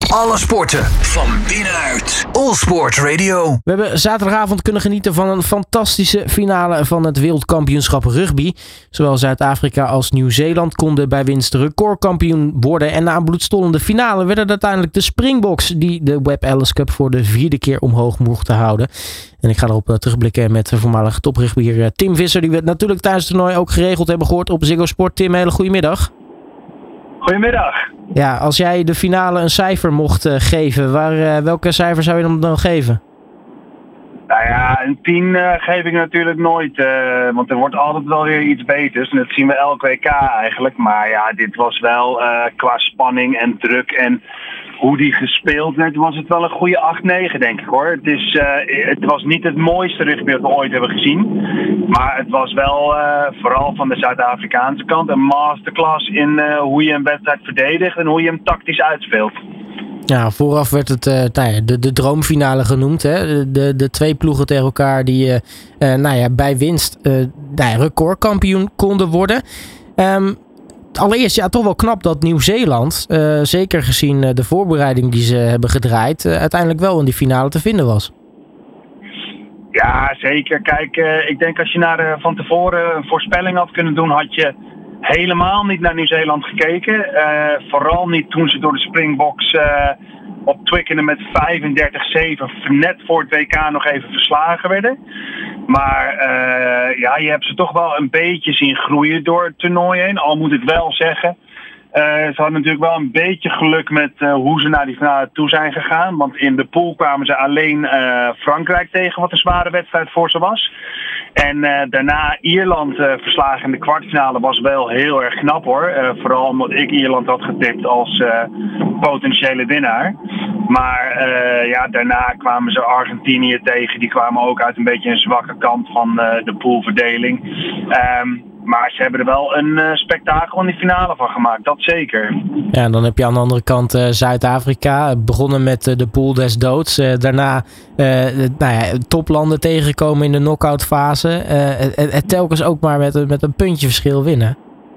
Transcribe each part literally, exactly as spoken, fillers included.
Alle sporten van binnenuit. All Sport Radio. We hebben zaterdagavond kunnen genieten van een fantastische finale van het wereldkampioenschap rugby. Zowel Zuid-Afrika als Nieuw-Zeeland konden bij winst recordkampioen worden. En na een bloedstollende finale werden het uiteindelijk de Springboks die de Webb Ellis Cup voor de vierde keer omhoog mochten houden. En ik ga erop terugblikken met voormalig toprugbier Tim Visser, die we natuurlijk tijdens het toernooi ook geregeld hebben gehoord op Ziggo Sport. Tim, hele goede middag. Goedemiddag. Ja, als jij de finale een cijfer mocht uh, geven, waar, uh, welke cijfer zou je dan, dan geven? Nou ja, een tien uh, geef ik natuurlijk nooit, uh, want er wordt altijd wel weer iets beters. En dat zien we elk W K eigenlijk. Maar ja, dit was wel uh, qua spanning en druk en hoe die gespeeld werd, was het wel een goede acht negen denk ik hoor. Het, is, uh, het was niet het mooiste rugby dat we ooit hebben gezien. Maar het was wel, uh, vooral van de Zuid-Afrikaanse kant, een masterclass in uh, hoe je een wedstrijd verdedigt en hoe je hem tactisch uitspeelt. Ja, vooraf werd het uh, nou ja, de, de droomfinale genoemd. Hè? De, de twee ploegen tegen elkaar die uh, uh, nou ja, bij winst uh, nou ja, recordkampioen konden worden. Um, Allereerst, ja, toch wel knap dat Nieuw-Zeeland, uh, zeker gezien uh, de voorbereiding die ze hebben gedraaid, uh, uiteindelijk wel in die finale te vinden was. Ja, zeker. Kijk, uh, ik denk als je naar, uh, van tevoren een voorspelling had kunnen doen, had je helemaal niet naar Nieuw-Zeeland gekeken. Uh, vooral niet toen ze door de Springboks uh, op Twickenham met vijfendertig zeven net voor het W K nog even verslagen werden. Maar uh, ja, je hebt ze toch wel een beetje zien groeien door het toernooi heen. Al moet ik wel zeggen, uh, ze hadden natuurlijk wel een beetje geluk met uh, hoe ze naar die finale toe zijn gegaan. Want in de pool kwamen ze alleen uh, Frankrijk tegen, wat een zware wedstrijd voor ze was. En uh, daarna Ierland uh, verslagen in de kwartfinale was wel heel erg knap hoor. Uh, vooral omdat ik Ierland had getipt als uh, potentiële winnaar. Maar uh, ja, daarna kwamen ze Argentinië tegen. Die kwamen ook uit een beetje een zwakke kant van uh, de poolverdeling. Um, maar ze hebben er wel een uh, spektakel in die finale van gemaakt, dat zeker. Ja, en dan heb je aan de andere kant uh, Zuid-Afrika. Begonnen met uh, de pool des doods. Uh, daarna uh, nou ja, toplanden tegengekomen in de knock-out fase. Uh, het, het telkens ook maar met, met een puntje verschil winnen.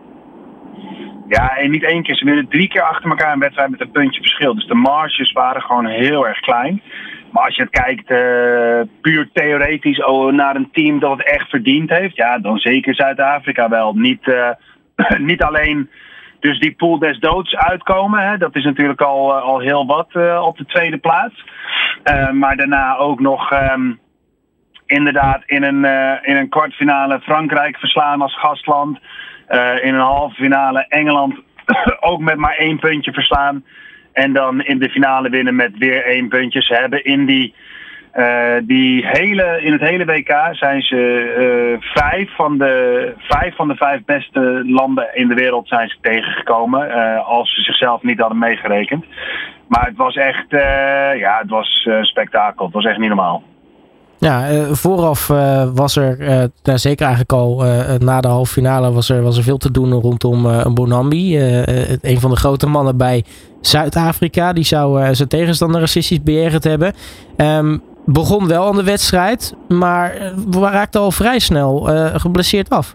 Ja, en niet één keer. Ze winnen drie keer achter elkaar een wedstrijd met een puntje verschil. Dus de marges waren gewoon heel erg klein. Maar als je het kijkt uh, puur theoretisch oh, naar een team dat het echt verdiend heeft, ja, dan zeker Zuid-Afrika wel. Niet, uh, niet alleen dus die pool des doods uitkomen. Hè. Dat is natuurlijk al, uh, al heel wat uh, op de tweede plaats. Uh, maar daarna ook nog um, inderdaad in een, uh, in een kwartfinale Frankrijk verslaan als gastland. Uh, in een halve finale Engeland ook met maar één puntje verslaan. En dan in de finale winnen met weer één puntje. Ze hebben in, die, uh, die hele, in het hele W K zijn ze uh, vijf, van de, vijf van de vijf beste landen in de wereld zijn ze tegengekomen. Uh, als ze zichzelf niet hadden meegerekend. Maar het was echt uh, ja, het was uh, spektakel. Het was echt niet normaal. Ja, uh, vooraf uh, was er, uh, nou, zeker eigenlijk al uh, na de halve finale, was er, was er veel te doen rondom uh, Mbonambi. Uh, uh, een van de grote mannen bij Zuid-Afrika. Die zou uh, zijn tegenstander racistisch bejegend hebben. Um, begon wel aan de wedstrijd, maar uh, raakte al vrij snel uh, geblesseerd af.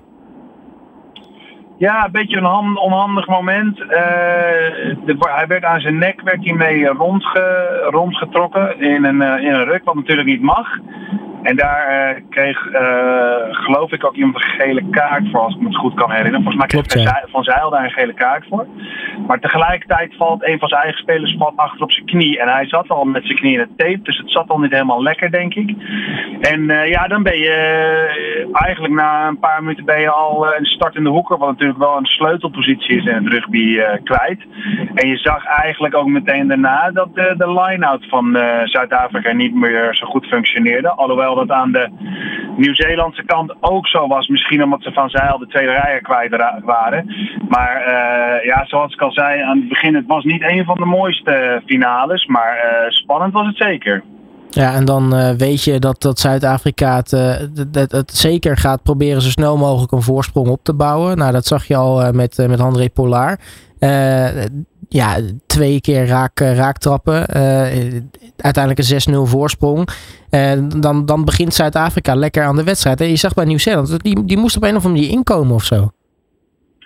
Ja, een beetje een onhandig moment. Uh, de, hij werd aan zijn nek werd hij mee rondge, rondgetrokken in een, uh, in een ruk, wat natuurlijk niet mag. En daar uh, kreeg, uh, geloof ik, ook iemand een gele kaart voor, als ik me het goed kan herinneren. Volgens mij kreeg Klopt, ja. Van Zijl daar een gele kaart voor. Maar tegelijkertijd valt een van zijn eigen spelers valt achter op zijn knie. En hij zat al met zijn knie in het tape, dus het zat al niet helemaal lekker, denk ik. En uh, ja, dan ben je uh, eigenlijk na een paar minuten ben je al uh, een startende hoeker, wat natuurlijk wel een sleutelpositie is in het rugby, uh, kwijt. En je zag eigenlijk ook meteen daarna dat de, de line-out van uh, Zuid-Afrika niet meer zo goed functioneerde. Alhoewel dat aan de Nieuw-Zeelandse kant ook zo was. Misschien omdat ze Van Zijl de tweede rijen kwijt waren. Maar uh, ja, zoals ik al zei aan het begin, het was niet een van de mooiste finales. Maar uh, spannend was het zeker. Ja, en dan uh, weet je dat, dat Zuid-Afrika het, uh, het, het zeker gaat proberen zo snel mogelijk een voorsprong op te bouwen. Nou, dat zag je al uh, met, uh, met André Pollard. Uh, ja, twee keer raak, raaktrappen. Uh, uiteindelijk een zes nul voorsprong. Uh, dan, dan begint Zuid-Afrika lekker aan de wedstrijd. En je zag bij Nieuw-Zeeland, die, die moest op een of andere manier inkomen of zo.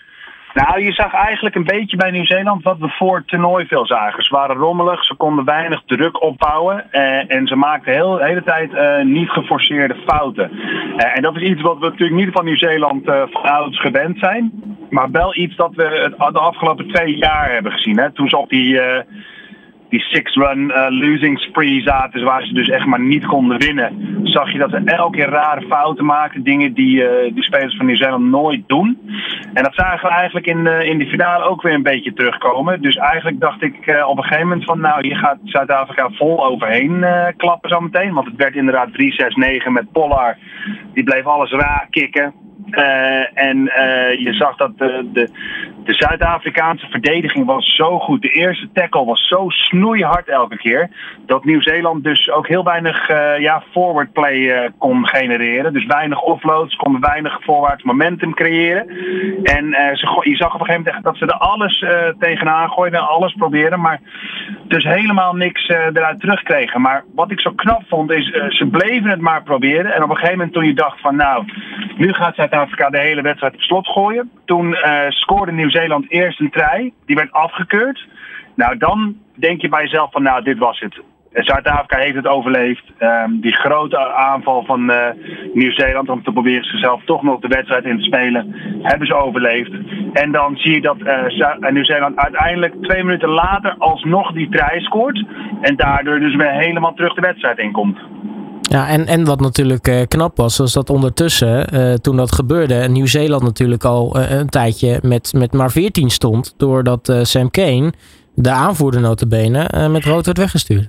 Nou, je zag eigenlijk een beetje bij Nieuw-Zeeland wat we voor het toernooi veel zagen. Ze waren rommelig, ze konden weinig druk opbouwen uh, en ze maakten heel, de hele tijd uh, niet geforceerde fouten. Uh, en dat is iets wat we natuurlijk niet van Nieuw-Zeeland uh, van ouds gewend zijn, maar wel iets dat we de afgelopen twee jaar hebben gezien. Hè? Toen ze op die... Uh, die six-run uh, losing spree zaten, waar ze dus echt maar niet konden winnen, zag je dat ze elke keer rare fouten maakten, dingen die uh, die spelers van Nieuw-Zeeland nooit doen. En dat zagen we eigenlijk in de, in de finale ook weer een beetje terugkomen. Dus eigenlijk dacht ik uh, op een gegeven moment van, nou, hier gaat Zuid-Afrika vol overheen uh, klappen zo meteen. Want het werd inderdaad drie zes negen met Pollard. Die bleef alles raar kicken. Uh, en uh, je zag dat de, de, de Zuid-Afrikaanse verdediging was zo goed. De eerste tackle was zo snoeihard elke keer, dat Nieuw-Zeeland dus ook heel weinig uh, ja, forward play uh, kon genereren. Dus weinig offloads, konden weinig voorwaarts momentum creëren. En uh, ze, je zag op een gegeven moment dat ze er alles uh, tegenaan gooiden, alles probeerden, maar dus helemaal niks uh, eruit terugkregen. Maar wat ik zo knap vond is, uh, ze bleven het maar proberen. En op een gegeven moment toen je dacht van, nou, nu gaat Zuid-Afrika de hele wedstrijd op slot gooien. Toen uh, scoorde Nieuw-Zeeland eerst een try. Die werd afgekeurd. Nou, dan denk je bij jezelf van, nou, dit was het. Zuid-Afrika heeft het overleefd. Um, die grote aanval van uh, Nieuw-Zeeland om te proberen zichzelf toch nog de wedstrijd in te spelen, hebben ze overleefd. En dan zie je dat uh, Nieuw-Zeeland uiteindelijk twee minuten later alsnog die try scoort. En daardoor dus weer helemaal terug de wedstrijd inkomt. Ja, en, en wat natuurlijk uh, knap was, was dat ondertussen, uh, toen dat gebeurde, Nieuw-Zeeland natuurlijk al uh, een tijdje met, met maar veertien stond, doordat uh, Sam Cane, de aanvoerder nota bene, uh, met rood werd weggestuurd.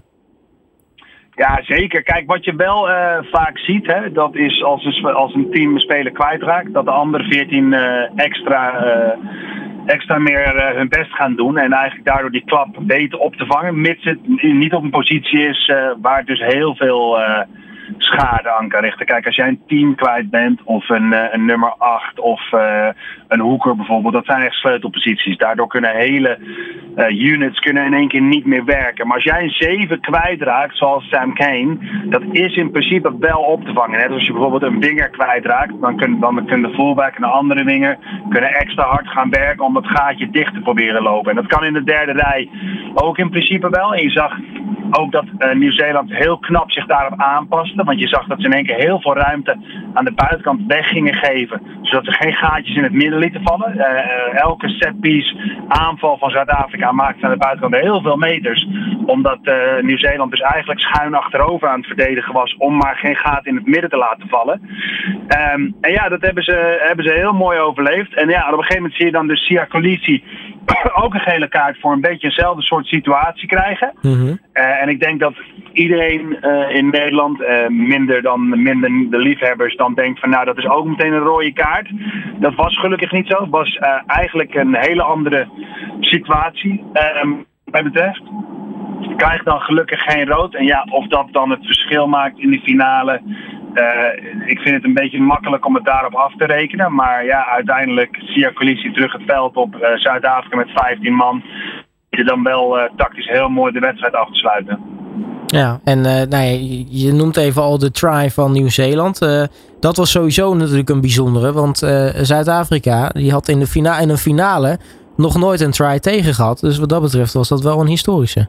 Ja, zeker. Kijk, wat je wel uh, vaak ziet, hè, dat is als een, als een team een speler kwijtraakt, dat de andere veertien uh, extra, uh, extra meer uh, hun best gaan doen. En eigenlijk daardoor die klap weten op te vangen, mits het niet op een positie is uh, waar dus heel veel uh, schade aan kan richten. Kijk, als jij een team kwijt bent, of een, uh, een nummer acht, of uh, een hoeker bijvoorbeeld, dat zijn echt sleutelposities. Daardoor kunnen hele uh, units kunnen in één keer niet meer werken. Maar als jij een zeven kwijtraakt, zoals Sam Cane, dat is in principe wel op te vangen. Net als je bijvoorbeeld een winger kwijtraakt, dan kunnen dan kunnen de fullback en de andere winger kunnen extra hard gaan werken om dat gaatje dicht te proberen lopen. En dat kan in de derde rij ook in principe wel. En je zag ook dat uh, Nieuw-Zeeland heel knap zich daarop aanpaste. Want je zag dat ze in één keer heel veel ruimte aan de buitenkant weg gingen geven. Zodat ze geen gaatjes in het midden lieten vallen. Uh, elke setpiece aanval van Zuid-Afrika maakte aan de buitenkant heel veel meters. Omdat uh, Nieuw-Zeeland dus eigenlijk schuin achterover aan het verdedigen was. Om maar geen gaten in het midden te laten vallen. Um, en ja, dat hebben ze, hebben ze heel mooi overleefd. En ja, op een gegeven moment zie je dan dus Siya Kolisi ook een gele kaart voor een beetje eenzelfde soort situatie krijgen. Mm-hmm. Uh, en ik denk dat iedereen uh, in Nederland, uh, minder dan minder de liefhebbers, dan denkt van, nou, dat is ook meteen een rode kaart. Dat was gelukkig niet zo. Het was uh, eigenlijk een hele andere situatie, uh, wat mij betreft. Je krijgt dan gelukkig geen rood. En ja, of dat dan het verschil maakt in de finale, Uh, ik vind het een beetje makkelijk om het daarop af te rekenen. Maar ja, uiteindelijk Siya Kolisi terug het veld op, uh, Zuid-Afrika met vijftien man. Je dan wel uh, tactisch heel mooi de wedstrijd af te sluiten. Ja, en uh, nou ja, je, je noemt even al de try van Nieuw-Zeeland. Uh, dat was sowieso natuurlijk een bijzondere. Want uh, Zuid-Afrika die had in, de fina- in een finale nog nooit een try tegen gehad. Dus wat dat betreft was dat wel een historische.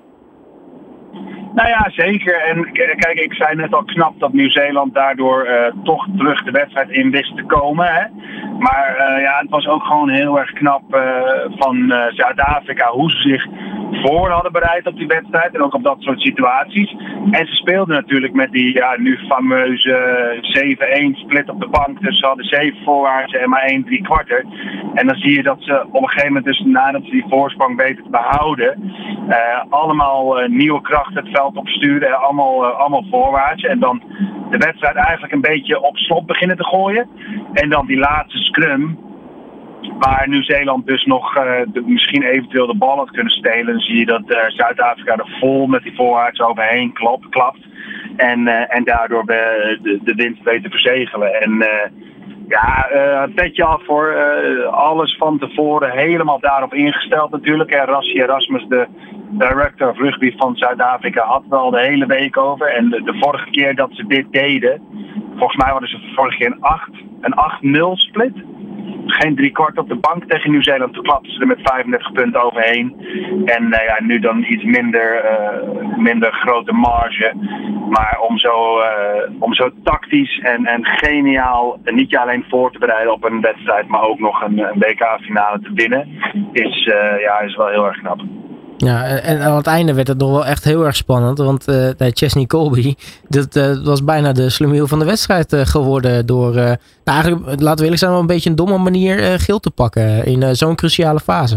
Nou ja, zeker. En kijk, ik zei net al knap dat Nieuw-Zeeland daardoor uh, toch terug de wedstrijd in wist te komen. Hè? Maar uh, ja, het was ook gewoon heel erg knap uh, van uh, Zuid-Afrika hoe ze zich voor hadden bereid op die wedstrijd. En ook op dat soort situaties. En ze speelden natuurlijk met die ja, nu fameuze zeven een split op de bank. Dus ze hadden zeven voorwaarts en maar één drie kwarter. En dan zie je dat ze op een gegeven moment, dus nadat ze die voorsprong weten te behouden, uh, allemaal uh, nieuwe krachten het veld opsturen en allemaal, uh, allemaal voorwaarts. En dan de wedstrijd eigenlijk een beetje op slot beginnen te gooien. En dan die laatste scrum, waar Nieuw-Zeeland dus nog uh, de, misschien eventueel de bal had kunnen stelen. Dan zie je dat uh, Zuid-Afrika er vol met die voorwaarts overheen klop, klapt. En, uh, en daardoor de, de, de winst weet te verzegelen. En uh, ja, uh, petje af voor uh, alles van tevoren helemaal daarop ingesteld natuurlijk. En Rassie Erasmus, de director of rugby van Zuid-Afrika, had wel de hele week over. En de, de vorige keer dat ze dit deden, volgens mij hadden ze vorige keer een acht nul split. geen drie kwart op de bank tegen Nieuw-Zeeland. Toen klapten ze er met vijfendertig punten overheen. En uh, ja, nu dan iets minder, uh, minder grote marge. Maar om zo, uh, om zo tactisch en, en geniaal, en niet alleen voor te bereiden op een wedstrijd, maar ook nog een, een W K-finale te winnen, is, uh, ja, is wel heel erg knap. Ja, en aan het einde werd het nog wel echt heel erg spannend. Want uh, Chesney Colby, dat uh, was bijna de slemiel van de wedstrijd uh, geworden. Door, uh, nou eigenlijk, laten we eerlijk zijn, wel een beetje een domme manier uh, geel te pakken in uh, zo'n cruciale fase.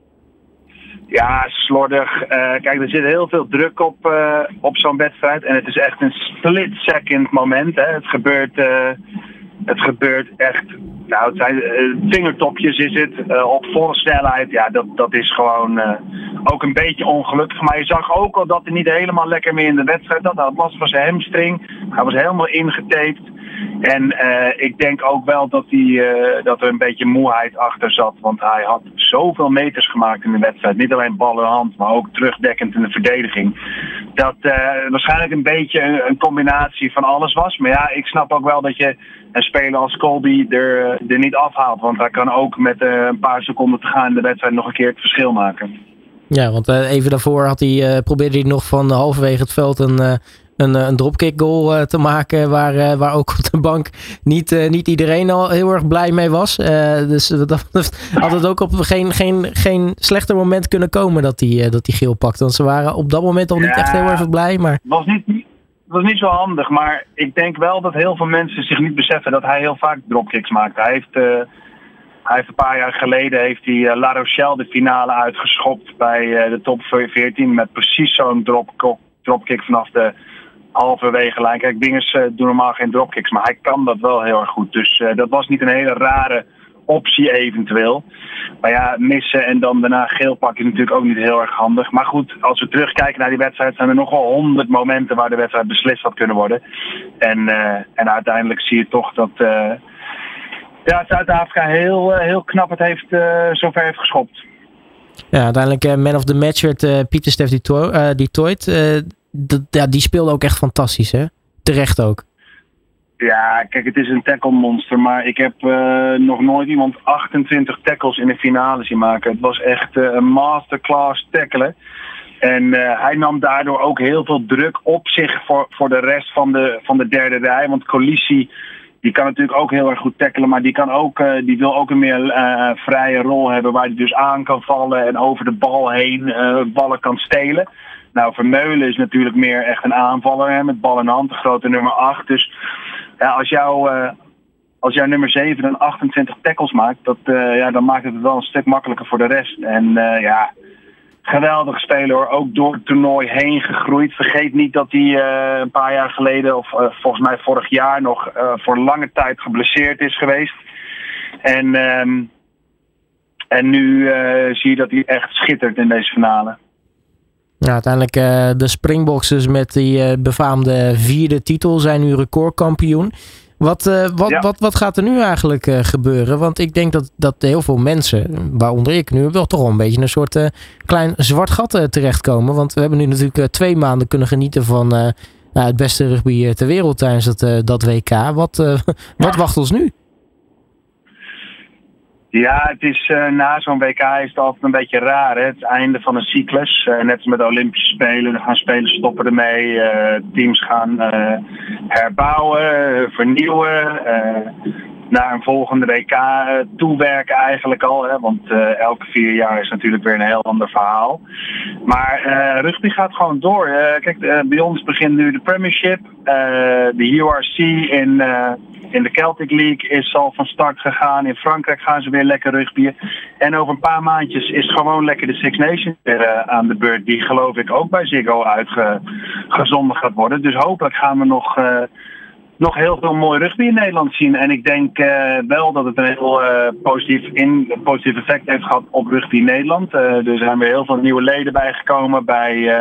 Ja, slordig. Uh, kijk, er zit heel veel druk op, uh, op zo'n wedstrijd. En het is echt een split-second moment. Hè. Het gebeurt... Uh, Het gebeurt echt, nou het zijn uh, vingertopjes is het, uh, op volle snelheid. Ja, dat, dat is gewoon uh, ook een beetje ongelukkig. Maar je zag ook al dat hij niet helemaal lekker meer in de wedstrijd had. Hij had last van zijn hamstring. Hij was helemaal ingetaped. En uh, ik denk ook wel dat, hij, uh, dat er een beetje moeheid achter zat. Want hij had zoveel meters gemaakt in de wedstrijd. Niet alleen bal in hand, maar ook terugdekkend in de verdediging. Dat uh, waarschijnlijk een beetje een, een combinatie van alles was. Maar ja, ik snap ook wel dat je een speler als Colby er, er niet afhaalt. Want hij kan ook met uh, een paar seconden te gaan in de wedstrijd nog een keer het verschil maken. Ja, want uh, even daarvoor had hij, uh, probeerde hij nog van halverwege het veld een, uh, een, een dropkick goal uh, te maken. Waar, uh, waar ook op de bank niet, uh, niet iedereen al heel erg blij mee was. Uh, dus dat had het ook op geen, geen, geen slechter moment kunnen komen dat hij, uh, dat hij geel pakte. Want ze waren op dat moment al niet ja, echt heel erg blij. Maar... was niet... Dat was niet zo handig, maar ik denk wel dat heel veel mensen zich niet beseffen dat hij heel vaak dropkicks maakt. Hij heeft, uh, hij heeft een paar jaar geleden heeft hij uh, La Rochelle de finale uitgeschopt bij uh, de top veertien met precies zo'n drop, dropkick vanaf de halverwege lijn. Kijk, Dingers uh, doen normaal geen dropkicks, maar hij kan dat wel heel erg goed. Dus uh, dat was niet een hele rare optie eventueel. Maar ja, missen en dan daarna geel pakken is natuurlijk ook niet heel erg handig. Maar goed, als we terugkijken naar die wedstrijd, zijn er nog wel honderd momenten waar de wedstrijd beslist had kunnen worden. En, uh, en uiteindelijk zie je toch dat uh, ja, Zuid-Afrika heel, uh, heel knap het heeft, uh, zover heeft geschopt. Ja, uiteindelijk uh, man of the match werd uh, Pieter-Steph du Toit. Uh, d- ja, die speelde ook echt fantastisch, hè? Terecht ook. Ja, kijk, het is een tackle-monster, maar ik heb uh, nog nooit iemand achtentwintig tackles in de finale zien maken. Het was echt uh, een masterclass tackelen. En uh, hij nam daardoor ook heel veel druk op zich voor, voor de rest van de, van de derde rij. Want Kolisi, die kan natuurlijk ook heel erg goed tackelen, maar die, kan ook, uh, die wil ook een meer uh, vrije rol hebben waar hij dus aan kan vallen en over de bal heen uh, ballen kan stelen. Nou, Vermeulen is natuurlijk meer echt een aanvaller, hè, met bal in hand, de grote nummer acht. Dus ja, als, jou, uh, als jouw nummer zeven dan achtentwintig tackles maakt, dat, uh, ja, dan maakt het wel een stuk makkelijker voor de rest. En uh, ja, geweldige speler hoor, ook door het toernooi heen gegroeid. Vergeet niet dat hij uh, een paar jaar geleden, of uh, volgens mij vorig jaar nog, uh, voor lange tijd geblesseerd is geweest. En, um, en nu uh, zie je dat hij echt schittert in deze finale. Ja, uiteindelijk uh, de Springboks met die uh, befaamde vierde titel zijn nu recordkampioen. Wat, uh, wat, ja. wat, wat gaat er nu eigenlijk uh, gebeuren? Want ik denk dat, dat heel veel mensen, waaronder ik nu, wel toch wel een beetje een soort uh, klein zwart gat uh, terechtkomen. Want we hebben nu natuurlijk uh, twee maanden kunnen genieten van uh, nou, het beste rugby ter wereld tijdens dat, uh, dat W K. Wat, uh, wat wacht ons nu? Ja, het is uh, na zo'n W K is het altijd een beetje raar. Hè? Het einde van een cyclus. Uh, net als met de Olympische Spelen. Dan gaan spelers stoppen ermee. Uh, teams gaan uh, herbouwen, uh, vernieuwen. Uh, naar een volgende W K uh, toewerken eigenlijk al. Hè? Want uh, elke vier jaar is natuurlijk weer een heel ander verhaal. Maar uh, rugby gaat gewoon door. Uh, kijk, uh, bij ons begint nu de Premiership. Uh, de U R C in... Uh, In de Celtic League is al van start gegaan. In Frankrijk gaan ze weer lekker rugbyen. En over een paar maandjes is gewoon lekker de Six Nations weer uh, aan de beurt. Die geloof ik ook bij Ziggo uitgezonden gaat worden. Dus hopelijk gaan we nog, uh, nog heel veel mooi rugby in Nederland zien. En ik denk uh, wel dat het een heel uh, positief, in, positief effect heeft gehad op rugby in Nederland. Uh, er zijn weer heel veel nieuwe leden bijgekomen bij... Uh,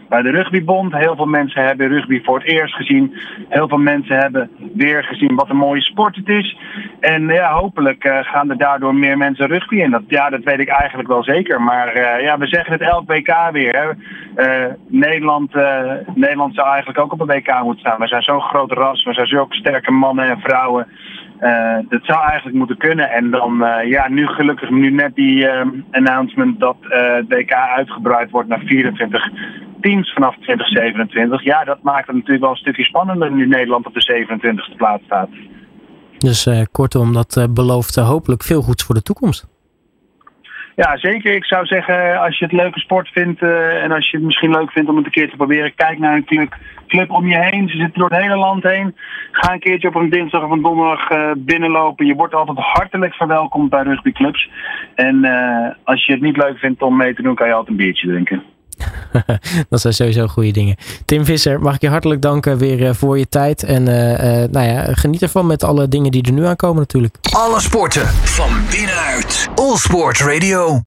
bij de Rugbybond. Heel veel mensen hebben rugby voor het eerst gezien. Heel veel mensen hebben weer gezien wat een mooie sport het is. En ja, hopelijk uh, gaan er daardoor meer mensen rugby in. Dat, ja, dat weet ik eigenlijk wel zeker. Maar uh, ja, we zeggen het elk W K weer. Hè. Uh, Nederland, uh, Nederland zou eigenlijk ook op een W K moeten staan. We zijn zo'n groot ras, we zijn zulke sterke mannen en vrouwen. Uh, dat zou eigenlijk moeten kunnen. En dan, uh, ja, nu gelukkig nu net die uh, announcement dat uh, het W K uitgebreid wordt naar vierentwintig teams vanaf twintig zevenentwintig. Ja, dat maakt het natuurlijk wel een stukje spannender nu Nederland op de zevenentwintigste plaats staat. Dus uh, kortom, dat uh, belooft uh, hopelijk veel goeds voor de toekomst. Ja, zeker. Ik zou zeggen, als je het leuke sport vindt uh, en als je het misschien leuk vindt om het een keer te proberen, kijk naar een club, club om je heen. Ze zitten door het hele land heen. Ga een keertje op een dinsdag of een donderdag uh, binnenlopen. Je wordt altijd hartelijk verwelkomd bij rugbyclubs. En uh, als je het niet leuk vindt om mee te doen, kan je altijd een biertje drinken. Dat zijn sowieso goede dingen. Tim Visser, mag ik je hartelijk danken weer uh, voor je tijd. En uh, uh, nou ja, geniet ervan met alle dingen die er nu aankomen natuurlijk. Alle sporten van binnenuit. All Sport Radio.